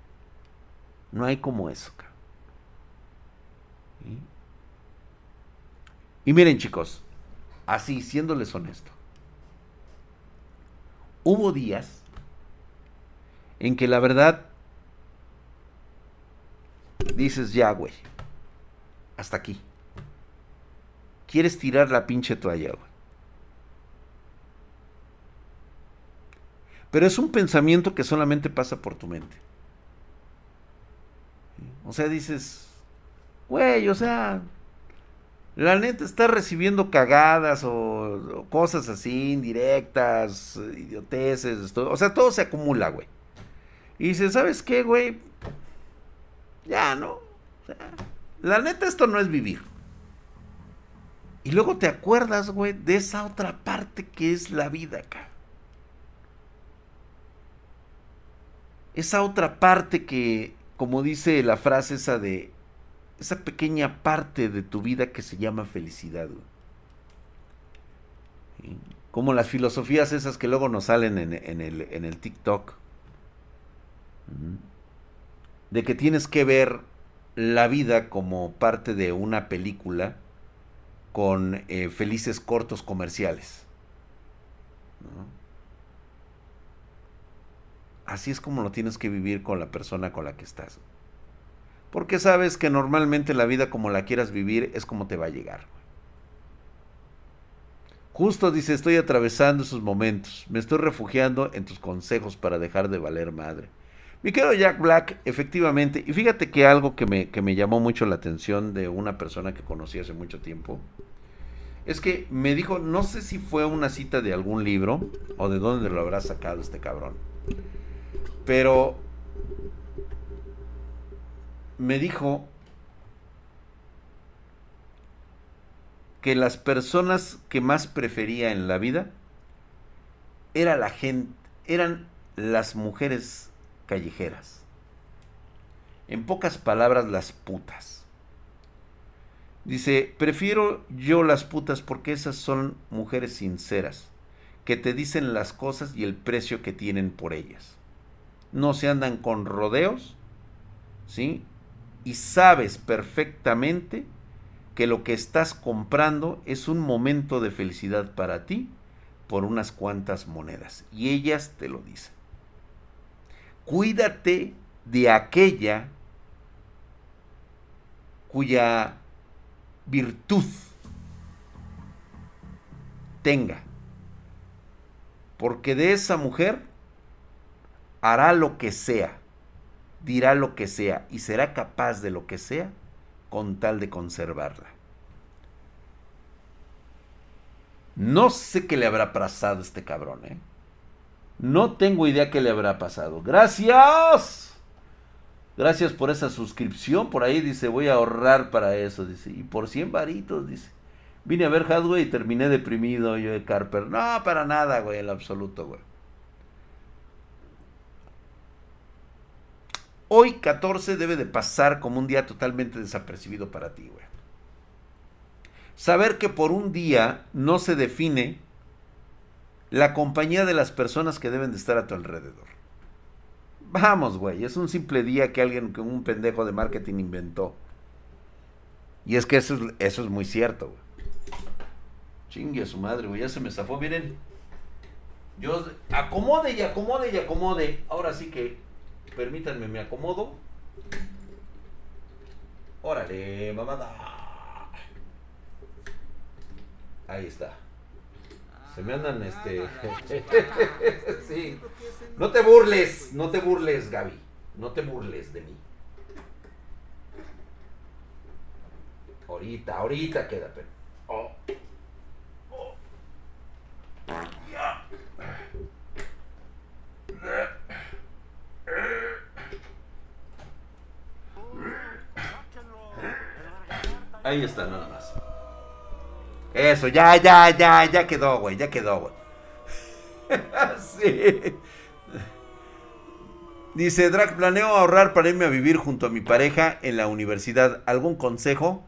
No hay como eso, cabrón. ¿Sí? Y miren, chicos, así, siéndoles honesto, hubo días en que la verdad dices, ya, güey, hasta aquí. quieres tirar la pinche toalla, güey. Pero es un pensamiento que solamente pasa por tu mente. O sea, dices, güey, o sea, la neta está recibiendo cagadas o cosas así, indirectas, idioteces, todo, o sea, todo se acumula, güey. Y dices, ¿sabes qué, güey? Ya, ¿no? O sea, la neta esto no es vivir. Y luego te acuerdas, güey, de esa otra parte que es la vida, acá. Esa otra parte que, como dice la frase esa de, esa pequeña parte de tu vida que se llama felicidad, güey. ¿Sí? Como las filosofías esas que luego nos salen en el TikTok. De que tienes que ver la vida como parte de una película con felices cortos comerciales, ¿no? Así es como lo tienes que vivir con la persona con la que estás. Porque sabes que normalmente la vida como la quieras vivir es como te va a llegar. Justo dice, estoy atravesando esos momentos. Me estoy refugiando en tus consejos para dejar de valer madre. Mi querido Jack Black, efectivamente, y fíjate que algo que me llamó mucho la atención de una persona que conocí hace mucho tiempo, es que me dijo, no sé si fue una cita de algún libro, o de dónde lo habrá sacado este cabrón, pero me dijo que las personas que más prefería en la vida era la gente, eran las mujeres callejeras. En pocas palabras, las putas. Dice, prefiero yo las putas porque esas son mujeres sinceras, que te dicen las cosas y el precio que tienen por ellas. No se andan con rodeos, ¿sí? Y sabes perfectamente que lo que estás comprando es un momento de felicidad para ti por unas cuantas monedas. Y ellas te lo dicen. Cuídate de aquella cuya virtud tenga, porque de esa mujer hará lo que sea, dirá lo que sea y será capaz de lo que sea con tal de conservarla. No sé qué le habrá pasado a este cabrón, ¿eh? No tengo idea qué le habrá pasado. ¡Gracias! Gracias por esa suscripción. Por ahí dice, voy a ahorrar para eso. Dice, y por 100 varitos, dice. Vine a ver Hadway y terminé deprimido yo de Carper. No, para nada, güey, en lo absoluto, güey. Hoy 14 debe de pasar como un día totalmente desapercibido para ti, güey. Saber que por un día no se define la compañía de las personas que deben de estar a tu alrededor. Vamos, güey, es un simple día que alguien con un pendejo de marketing inventó. Y es que eso es muy cierto, güey. Chingue a su madre, güey, ya se me zafó, miren. Yo acomode y acomode y acomode. Ahora sí que, permítanme, me acomodo. Órale, mamada. Ahí está. Se me andan, sí. No te burles, Gaby. No te burles de mí. Ahorita queda, pero. Oh. Oh. Ya. Ahí está, nada más. Eso, ya quedó, güey, ya quedó, güey. Sí. Dice, Drac, planeo ahorrar para irme a vivir junto a mi pareja en la universidad. ¿Algún consejo?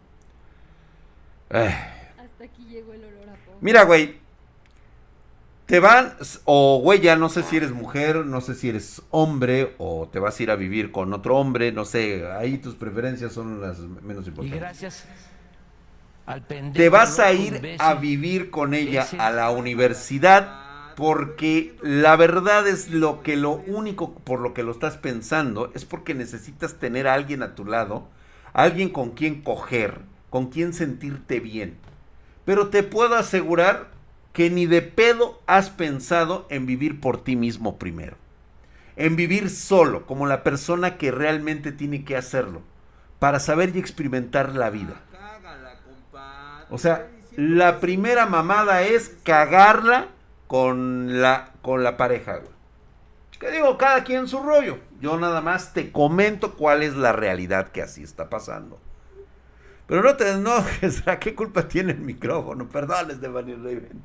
Hasta aquí llegó el olor a poco. Mira, güey. Te van, o güey, ya no sé si eres mujer, no sé si eres hombre, o te vas a ir a vivir con otro hombre, no sé, ahí tus preferencias son las menos importantes. Y gracias al pendejo. Te vas a loco, ir imbécil, a vivir con ella ese. a la universidad porque la verdad es lo único por lo que lo estás pensando es porque necesitas tener a alguien a tu lado, alguien con quien coger, con quien sentirte bien. Pero te puedo asegurar que ni de pedo has pensado en vivir por ti mismo primero. En vivir solo, como la persona que realmente tiene que hacerlo, para saber y experimentar la vida. O sea, la primera mamada es cagarla con la pareja, güey. Que digo, cada quien su rollo. Yo nada más te comento cuál es la realidad que así está pasando. Pero no te enojes, ¿qué culpa tiene el micrófono? Perdón, Stephanie Raven.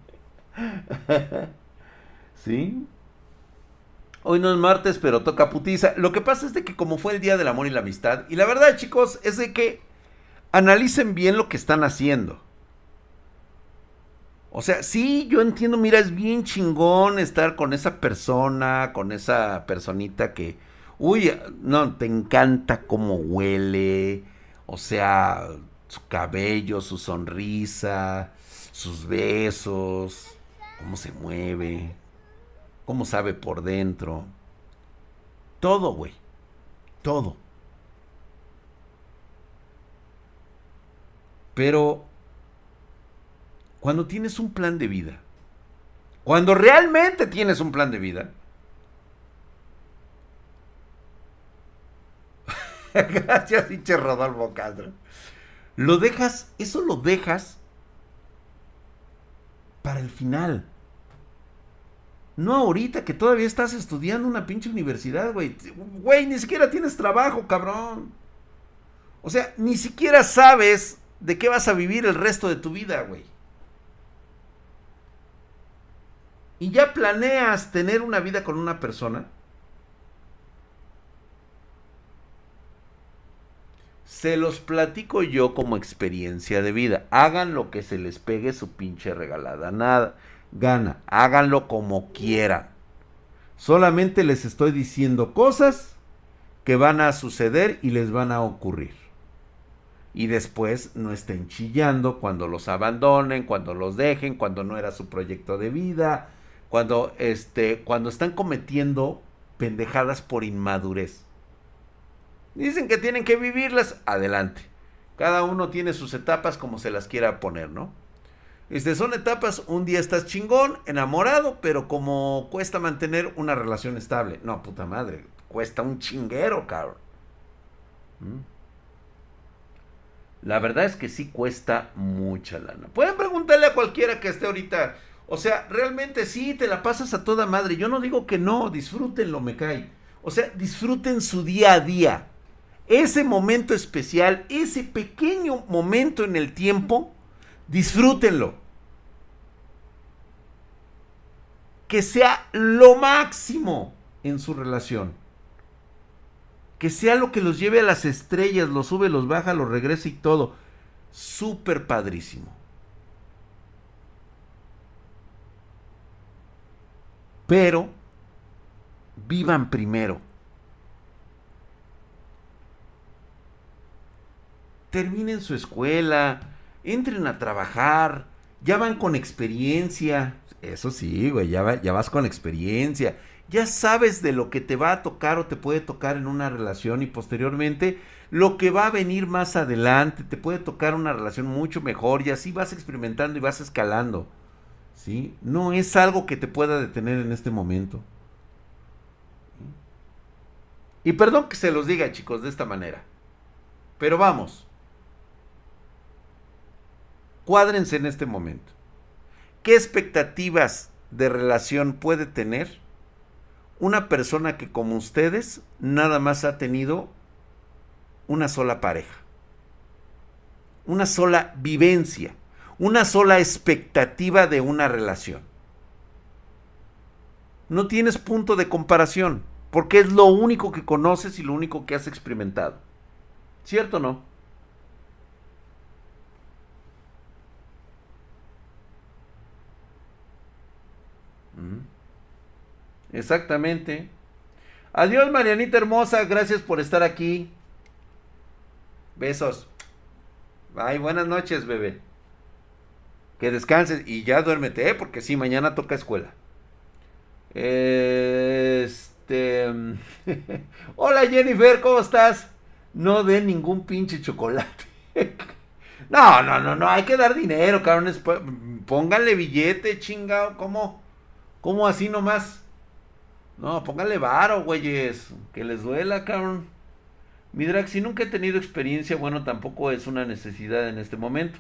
¿Sí? Hoy no es martes, pero toca putiza. Lo que pasa es de que como fue el Día del Amor y la Amistad, y la verdad, chicos, es de que analicen bien lo que están haciendo. O sea, sí, yo entiendo, mira, es bien chingón estar con esa persona, con esa personita que, uy, no, te encanta cómo huele, o sea, su cabello, su sonrisa, sus besos, cómo se mueve, cómo sabe por dentro. Todo, güey, todo. Pero cuando tienes un plan de vida, cuando realmente tienes un plan de vida, gracias, pinche Rodolfo Castro, lo dejas, eso lo dejas para el final. No ahorita que todavía estás estudiando una pinche universidad, güey. Güey, ni siquiera tienes trabajo, cabrón. O sea, ni siquiera sabes de qué vas a vivir el resto de tu vida, güey. Y ya planeas tener una vida con una persona. Se los platico yo como experiencia de vida. Hagan lo que se les pegue su pinche regalada gana. Háganlo como quieran. Solamente les estoy diciendo cosas que van a suceder y les van a ocurrir. Y después no estén chillando cuando los abandonen, cuando los dejen, cuando no era su proyecto de vida, cuando están cometiendo pendejadas por inmadurez. Dicen que tienen que vivirlas, adelante. Cada uno tiene sus etapas como se las quiera poner, ¿no? Son etapas, un día estás chingón, enamorado, pero como cuesta mantener una relación estable. No, puta madre, cuesta un chinguero, cabrón. La verdad es que sí cuesta mucha lana. Pueden preguntarle a cualquiera que esté ahorita. O sea, realmente sí, te la pasas a toda madre. Yo no digo que no, disfrútenlo, me cae. O sea, disfruten su día a día. Ese momento especial, ese pequeño momento en el tiempo, disfrútenlo. Que sea lo máximo en su relación. Que sea lo que los lleve a las estrellas, los sube, los baja, los regresa y todo. Súper padrísimo. Pero vivan primero. Terminen su escuela, entren a trabajar, ya van con experiencia. Eso sí, güey, ya vas con experiencia. Ya sabes de lo que te va a tocar o te puede tocar en una relación y posteriormente lo que va a venir más adelante. Te puede tocar una relación mucho mejor y así vas experimentando y vas escalando. ¿Sí? No es algo que te pueda detener en este momento. Y perdón que se los diga, chicos, de esta manera. Pero vamos. Cuádrense en este momento. ¿Qué expectativas de relación puede tener una persona que como ustedes nada más ha tenido una sola pareja? Una sola vivencia. Una sola expectativa de una relación. No tienes punto de comparación, porque es lo único que conoces y lo único que has experimentado. ¿Cierto o no? Exactamente. Adiós, Marianita hermosa, gracias por estar aquí. Besos. Ay, buenas noches, bebé. Que descanses y ya duérmete, porque sí, mañana toca escuela. Hola, Jennifer, ¿cómo estás? No de ningún pinche chocolate. No, no, no, no, hay que dar dinero, cabrones. Pónganle billete, chingado. ¿Cómo así nomás? No, pónganle varo, güeyes. Que les duela, cabrón. Mi drag, si nunca he tenido experiencia, bueno, tampoco es una necesidad en este momento.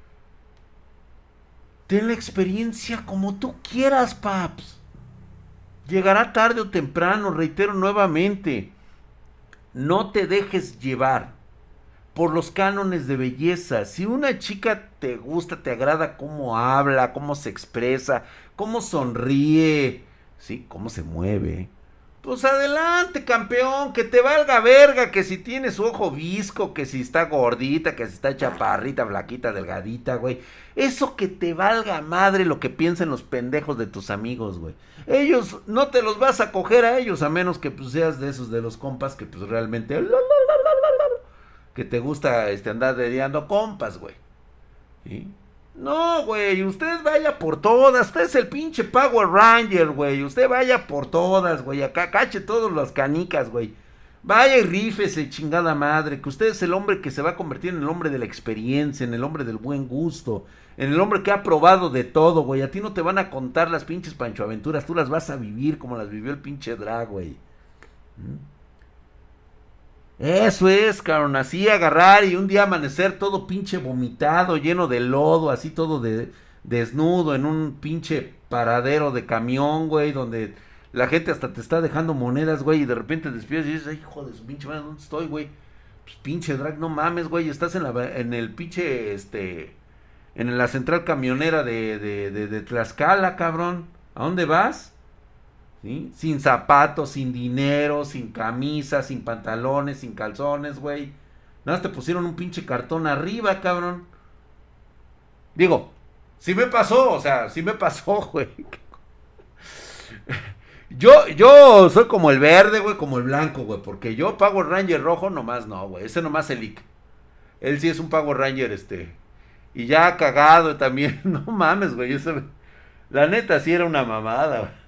Ten la experiencia como tú quieras, paps. Llegará tarde o temprano, reitero nuevamente. No te dejes llevar por los cánones de belleza. Si una chica te gusta, te agrada cómo habla, cómo se expresa, cómo sonríe, sí, cómo se mueve, pues adelante, campeón, que te valga verga, que si tiene su ojo visco, que si está gordita, que si está chaparrita, flaquita, delgadita, güey. Eso que te valga madre lo que piensen los pendejos de tus amigos, güey. Ellos, no te los vas a coger a ellos, a menos que pues seas de esos de los compas que pues realmente que te gusta andar dediando compas, güey. ¿Sí? No, güey, usted vaya por todas. Usted es el pinche Power Ranger, güey. Usted vaya por todas, güey. Acá cache todas las canicas, güey. Vaya y rífese, chingada madre. Que usted es el hombre que se va a convertir en el hombre de la experiencia, en el hombre del buen gusto, en el hombre que ha probado de todo, güey. A ti no te van a contar las pinches Pancho Aventuras. Tú las vas a vivir como las vivió el pinche drag, güey. ¿Mm? Eso es, cabrón, así agarrar y un día amanecer todo pinche vomitado, lleno de lodo, así todo desnudo en un pinche paradero de camión, güey, donde la gente hasta te está dejando monedas, güey, y de repente despides y dices, ay, hijo de su pinche madre, ¿dónde estoy, güey? Pues pinche drag, no mames, güey, estás en el pinche, en la central camionera de Tlaxcala, cabrón. ¿A dónde vas? ¿Sí? Sin zapatos, sin dinero, sin camisa, sin pantalones, sin calzones, güey. Nada más te pusieron un pinche cartón arriba, cabrón. Digo, sí me pasó, o sea, sí me pasó, güey. Yo soy como el verde, güey, como el blanco, güey. Porque yo Power Ranger rojo nomás no, güey. Ese nomás el Ick. Él sí es un Power Ranger, Y ya cagado también. No mames, güey. La neta sí era una mamada, güey.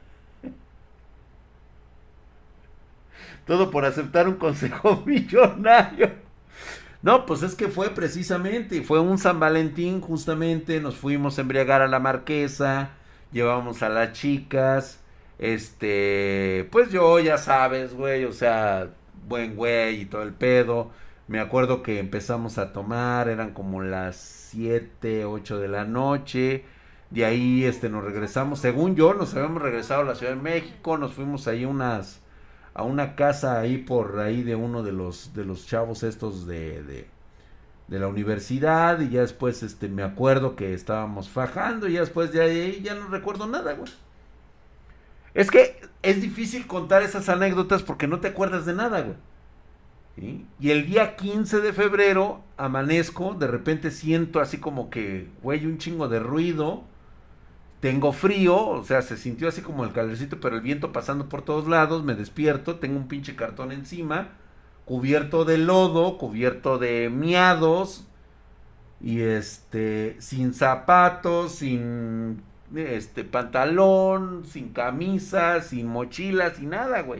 Todo por aceptar un consejo millonario. No, pues es que fue precisamente, fue un San Valentín justamente, nos fuimos a embriagar a la Marquesa, llevamos a las chicas, pues yo ya sabes, güey, o sea, buen güey y todo el pedo. Me acuerdo que empezamos a tomar, eran como las 7, 8 de la noche. De ahí, nos regresamos, según yo, nos habíamos regresado a la Ciudad de México, nos fuimos ahí a una casa ahí por ahí de uno de los chavos estos de la universidad y ya después me acuerdo que estábamos fajando y ya después de ahí ya no recuerdo nada, güey. Es que es difícil contar esas anécdotas porque no te acuerdas de nada, güey. ¿Sí? Y el día 15 de febrero amanezco, de repente siento así como que, güey, un chingo de ruido. Tengo frío, o sea, se sintió así como el calorcito, pero el viento pasando por todos lados, me despierto, tengo un pinche cartón encima, cubierto de lodo, cubierto de miados, y sin zapatos, sin pantalón, sin camisa, sin mochila, sin nada, güey.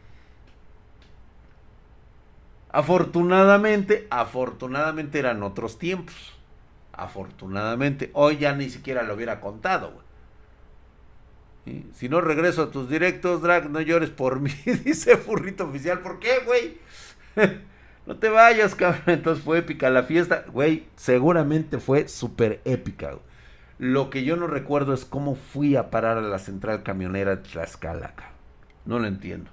Afortunadamente eran otros tiempos. Afortunadamente, hoy ya ni siquiera lo hubiera contado, güey. ¿Sí? Si no regreso a tus directos, Drag, no llores por mí, dice Furrito Oficial. ¿Por qué, güey? No te vayas, cabrón. Entonces fue épica la fiesta, güey. Seguramente fue súper épica, güey. Lo que yo no recuerdo es cómo fui a parar a la central camionera de Tlaxcala, cabrón. No lo entiendo.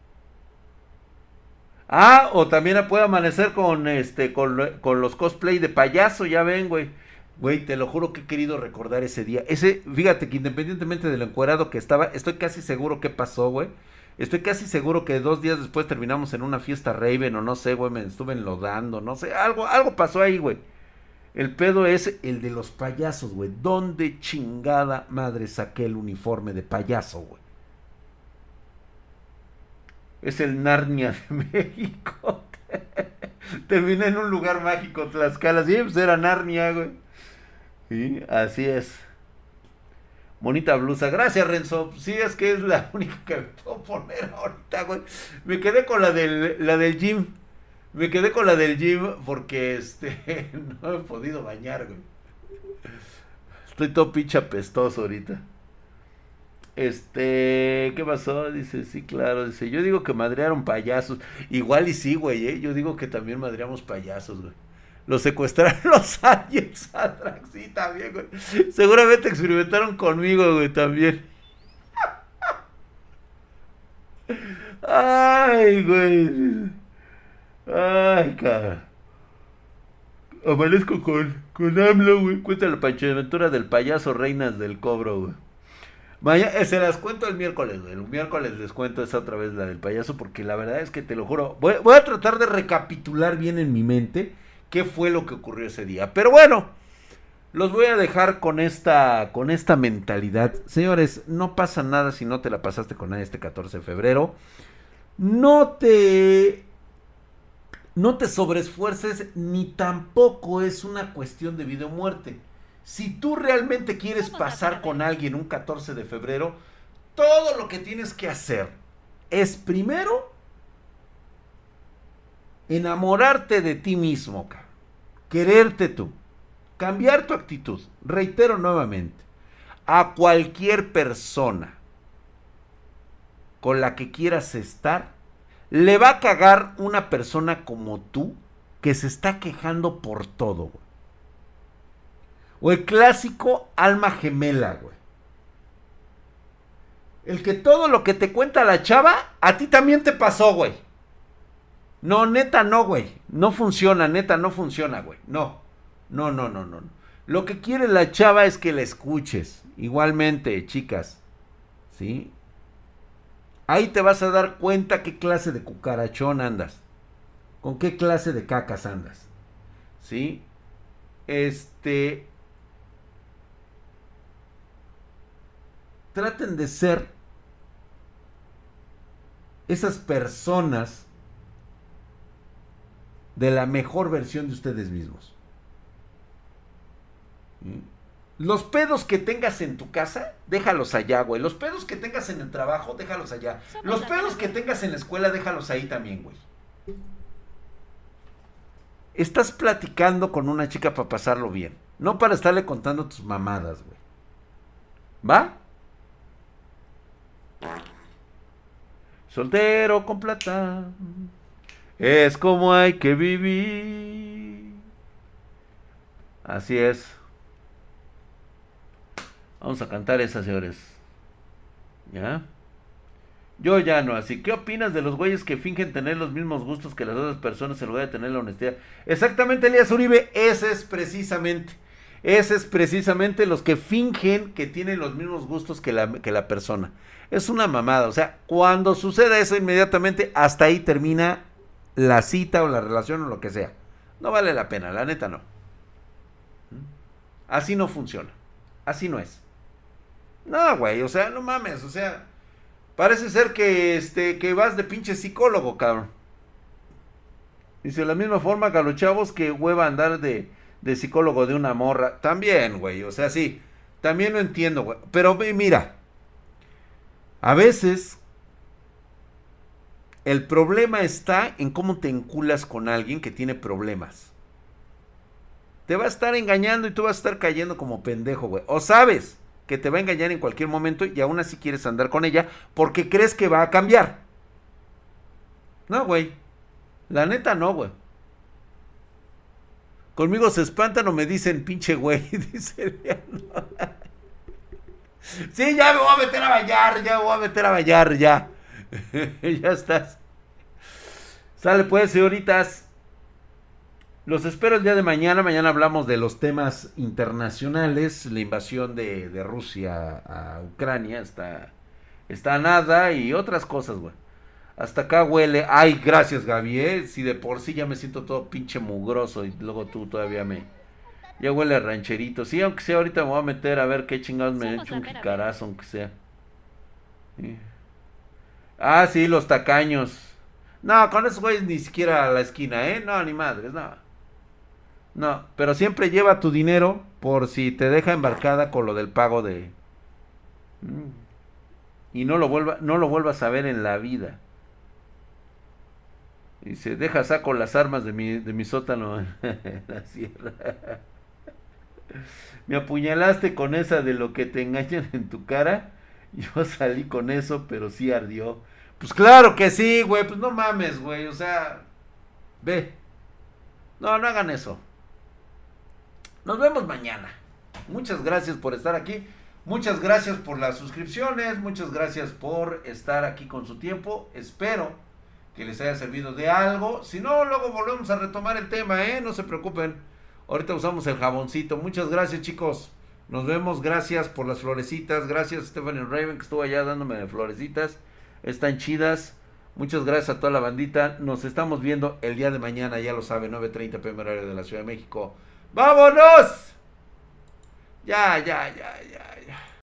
Ah, o también puede amanecer con los cosplay de payaso, ya ven, güey. Güey, te lo juro que he querido recordar ese día. Fíjate que independientemente de lo encuerado que estaba, estoy casi seguro que pasó, güey. Estoy casi seguro que 2 días después terminamos en una fiesta Raven o no sé, güey, me estuve enlodando, no sé, algo pasó ahí, güey. El pedo es el de los payasos, güey. ¿Dónde chingada madre saqué el uniforme de payaso, güey? Es el Narnia de México. Terminé en un lugar mágico, Tlaxcala. Sí, pues era Narnia, güey. Sí, así es. Bonita blusa. Gracias, Renzo. Sí, es que es la única que me puedo poner ahorita, güey. Me quedé con la del gym. Me quedé con la del gym porque no he podido bañar, güey. Estoy todo pinche apestoso ahorita. ¿Qué pasó? Dice, sí, claro. Dice, yo digo que madrearon payasos. Igual y sí, güey, ¿eh? Yo digo que también madreamos payasos, güey. Los secuestraron los aliens a Drax, sí, también, güey. Seguramente experimentaron conmigo, güey, también. Ay, güey. Ay, cara. Amanezco con AMLO, güey. Cuenta la panchaventura del payaso Reinas del Cobro, güey. Se las cuento el miércoles, güey. El miércoles les cuento esa otra vez la del payaso porque la verdad es que te lo juro. Voy a tratar de recapitular bien en mi mente qué fue lo que ocurrió ese día. Pero bueno, los voy a dejar con esta mentalidad. Señores, no pasa nada si no te la pasaste con nadie este 14 de febrero. No te sobreesfuerces ni tampoco es una cuestión de vida o muerte. Si tú realmente quieres pasar con alguien un 14 de febrero, todo lo que tienes que hacer es primero enamorarte de ti mismo, quererte tú, cambiar tu actitud. Reitero nuevamente, a cualquier persona con la que quieras estar, le va a cagar una persona como tú que se está quejando por todo, güey. O el clásico alma gemela, güey. El que todo lo que te cuenta la chava, a ti también te pasó, güey. No, neta, no, güey. No funciona, neta, no funciona, güey. No. No, no, no, no. Lo que quiere la chava es que la escuches. Igualmente, chicas. ¿Sí? Ahí te vas a dar cuenta qué clase de cucarachón andas. Con qué clase de cacas andas. ¿Sí? Traten de ser esas personas de la mejor versión de ustedes mismos. ¿Sí? Los pedos que tengas en tu casa, déjalos allá, güey. Los pedos que tengas en el trabajo, déjalos allá. Los pedos que tengas en la escuela, déjalos ahí también, güey. Estás platicando con una chica para pasarlo bien. No para estarle contando tus mamadas, güey. ¿Va? Soltero con plata. Es como hay que vivir. Así es. Vamos a cantar esa, señores. ¿Ya? Yo ya no, así. ¿Qué opinas de los güeyes que fingen tener los mismos gustos que las otras personas en lugar de tener la honestidad? Exactamente, Elías Uribe. Ese es precisamente los que fingen que tienen los mismos gustos que la persona. Es una mamada. O sea, cuando suceda eso inmediatamente, hasta ahí termina la cita o la relación o lo que sea. No vale la pena, la neta no. Así no funciona. Así no es. No, güey, o sea, no mames, o sea, parece ser que vas de pinche psicólogo, cabrón. Dice, de la misma forma que a los chavos que hueva andar de psicólogo de una morra. También, güey, o sea, sí, también lo entiendo, güey. Pero mira, a veces el problema está en cómo te enculas con alguien que tiene problemas. Te va a estar engañando y tú vas a estar cayendo como pendejo, güey. O sabes que te va a engañar en cualquier momento y aún así quieres andar con ella porque crees que va a cambiar. No, güey. La neta no, güey. Conmigo se espantan o me dicen pinche güey. Dice, no. Sí, ya me voy a meter a bañar, ya. Ya estás. Sale pues, señoritas. Los espero el día de mañana. Mañana hablamos de los temas internacionales. La invasión de Rusia a Ucrania. Está nada. Y otras cosas, güey. Hasta acá huele. Ay, gracias, Gaby, ¿eh? Si de por sí ya me siento todo pinche mugroso. Y luego tú todavía ya huele a rancherito. Sí, aunque sea ahorita me voy a meter a ver qué chingados me echo un jicarazo, aunque sea. Sí. Ah, sí, los tacaños. No, con esos güeyes ni siquiera a la esquina, ¿eh? No, ni madres, no. No, pero siempre lleva tu dinero por si te deja embarcada con lo del pago de... Y no lo vuelvas a ver en la vida. Dice, deja saco las armas de mi sótano en la sierra. Me apuñalaste con esa de lo que te engañan en tu cara. Yo salí con eso, pero sí ardió. Pues claro que sí, güey. Pues no mames, güey. O sea, ve. No, no hagan eso. Nos vemos mañana. Muchas gracias por estar aquí. Muchas gracias por las suscripciones. Muchas gracias por estar aquí con su tiempo. Espero que les haya servido de algo. Si no, luego volvemos a retomar el tema, ¿eh? No se preocupen. Ahorita usamos el jaboncito. Muchas gracias, chicos. Nos vemos. Gracias por las florecitas. Gracias, Stephanie Raven, que estuvo allá dándome florecitas. Están chidas. Muchas gracias a toda la bandita. Nos estamos viendo el día de mañana, ya lo saben, 9:30 p.m. horario de la Ciudad de México. ¡Vámonos! Ya.